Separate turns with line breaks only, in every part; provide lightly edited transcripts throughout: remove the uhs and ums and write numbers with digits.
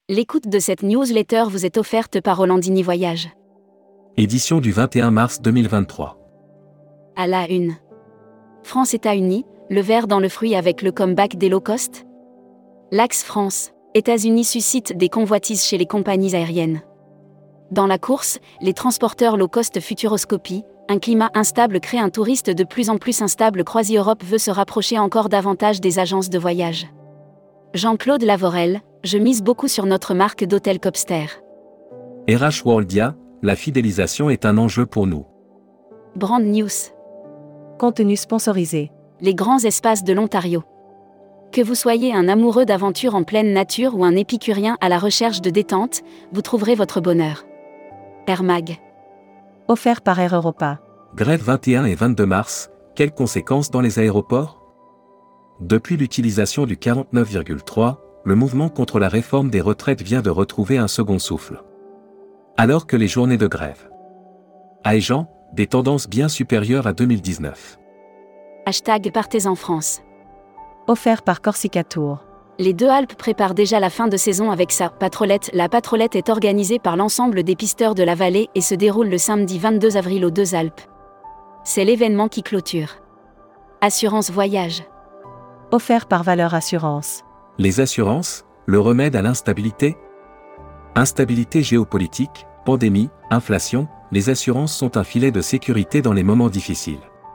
L'écoute de cette newsletter vous est offerte par Rolandini Voyage.
Édition du 21 mars 2023.
À la une. France-États-Unis, le ver dans le fruit avec le comeback des low-cost. L'axe France-États-Unis suscite des convoitises chez les compagnies aériennes. Dans la course, les transporteurs low-cost Futuroscopy, un climat instable crée un touriste de plus en plus instable. CroisiEurope veut se rapprocher encore davantage des agences de voyage. Jean-Claude Lavorel, je mise beaucoup sur notre marque d'hôtel Copster.
RH Worldia, la fidélisation est un enjeu pour nous.
Brand News.
Contenu sponsorisé.
Les grands espaces de l'Ontario. Que vous soyez un amoureux d'aventure en pleine nature ou un épicurien à la recherche de détente, vous trouverez votre bonheur. Air Mag.
Offert par Air Europa.
Grève 21 et 22 mars, quelles conséquences dans les aéroports ? Depuis l'utilisation du 49,3, le mouvement contre la réforme des retraites vient de retrouver un second souffle. Alors que les journées de grève. À Agen, des tendances bien supérieures à 2019.
Partez en France.
Offert par Corsica Tour.
Les Deux Alpes préparent déjà la fin de saison avec sa patrolette. La patrolette est organisée par l'ensemble des pisteurs de la vallée et se déroule le samedi 22 avril aux Deux Alpes. C'est l'événement qui clôture. Assurance voyage.
Offert par Valeur Assurance.
Les assurances, le remède à l'instabilité ? Instabilité géopolitique, pandémie, inflation, les assurances sont un filet de sécurité dans les moments difficiles.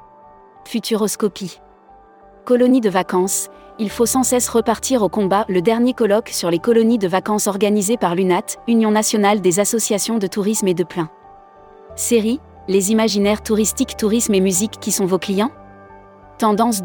Futuroscopy. Colonies de vacances, il faut sans cesse repartir au combat. Le dernier colloque sur les colonies de vacances organisé par l'UNAT, Union nationale des associations de tourisme et de plein. Série, les imaginaires touristiques, tourisme et musique qui sont vos clients ? Tendance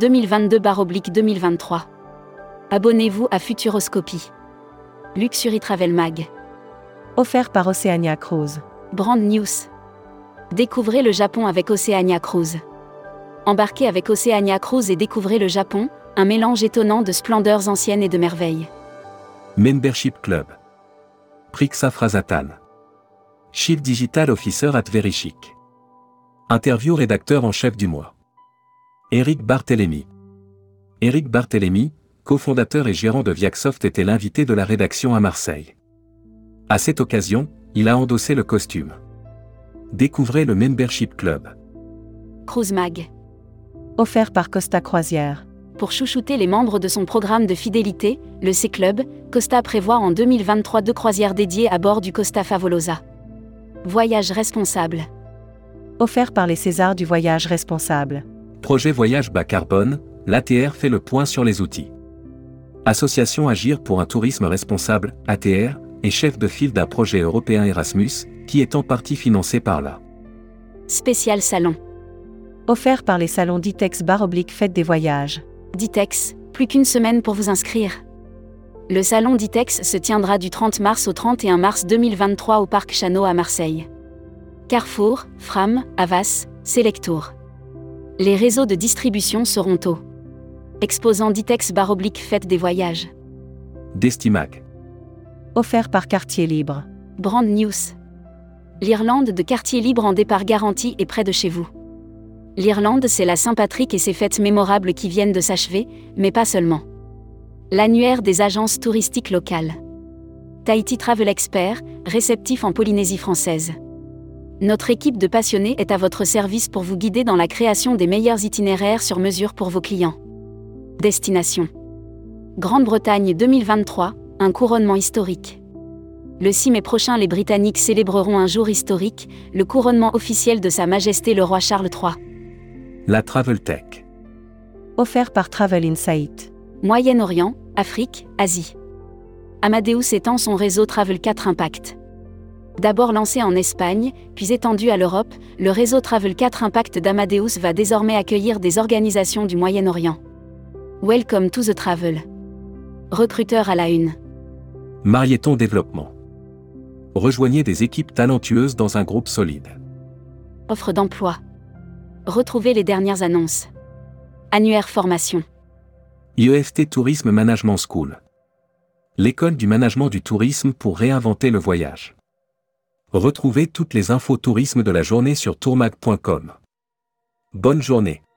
2022/2023. Abonnez-vous à Futuroscopy. Luxury Travel Mag.
Offert par Oceania Cruise.
Brand News. Découvrez le Japon avec Oceania Cruise. Embarquez avec Oceania Cruise et découvrez le Japon, un mélange étonnant de splendeurs anciennes et de merveilles.
Membership Club. Prixa Frasatan. Chief Digital Officer at Verichic. Interview rédacteur en chef du mois. Éric Barthélémy. Éric Barthélémy, cofondateur et gérant de Viacsoft, était l'invité de la rédaction à Marseille. À cette occasion, il a endossé le costume. Découvrez le Membership Club.
Cruise Mag.
Offert par Costa Croisière.
Pour chouchouter les membres de son programme de fidélité, le C-Club, Costa prévoit en 2023 2 croisières dédiées à bord du Costa Favolosa. Voyage responsable.
Offert par les Césars du voyage responsable.
Projet Voyage Bas Carbone, l'ATR fait le point sur les outils. Association Agir pour un tourisme responsable, ATR, est chef de file d'un projet européen Erasmus, qui est en partie financé par la
Spécial Salon.
Offert par les salons Ditex/Fête des voyages.
Ditex, plus qu'une semaine pour vous inscrire. Le salon Ditex se tiendra du 30 mars au 31 mars 2023 au Parc Chano à Marseille. Carrefour, Fram, Havas, Selectour. Les réseaux de distribution seront au exposant Ditex/Fête des voyages.
Destimag.
Offert par Quartier Libre.
Brand News. L'Irlande de Quartier Libre en départ garanti et près de chez vous. L'Irlande, c'est la Saint-Patrick et ses fêtes mémorables qui viennent de s'achever, mais pas seulement. L'annuaire des agences touristiques locales. Tahiti Travel Expert, réceptif en Polynésie française. Notre équipe de passionnés est à votre service pour vous guider dans la création des meilleurs itinéraires sur mesure pour vos clients. Destination. Grande-Bretagne 2023, un couronnement historique. Le 6 mai prochain, les Britanniques célébreront un jour historique, le couronnement officiel de Sa Majesté le roi Charles III.
La Travel Tech.
Offert par Travel Insight.
Moyen-Orient, Afrique, Asie. Amadeus étend son réseau Travel 4 Impact. D'abord lancé en Espagne, puis étendu à l'Europe, le réseau Travel 4 Impact d'Amadeus va désormais accueillir des organisations du Moyen-Orient. Welcome to the travel. Recruteur à la une.
Marieton Développement. Rejoignez des équipes talentueuses dans un groupe solide.
Offre d'emploi. Retrouvez les dernières annonces. Annuaire formation.
IEFT Tourisme Management School. L'école du management du tourisme pour réinventer le voyage. Retrouvez toutes les infos tourisme de la journée sur tourmag.com. Bonne journée.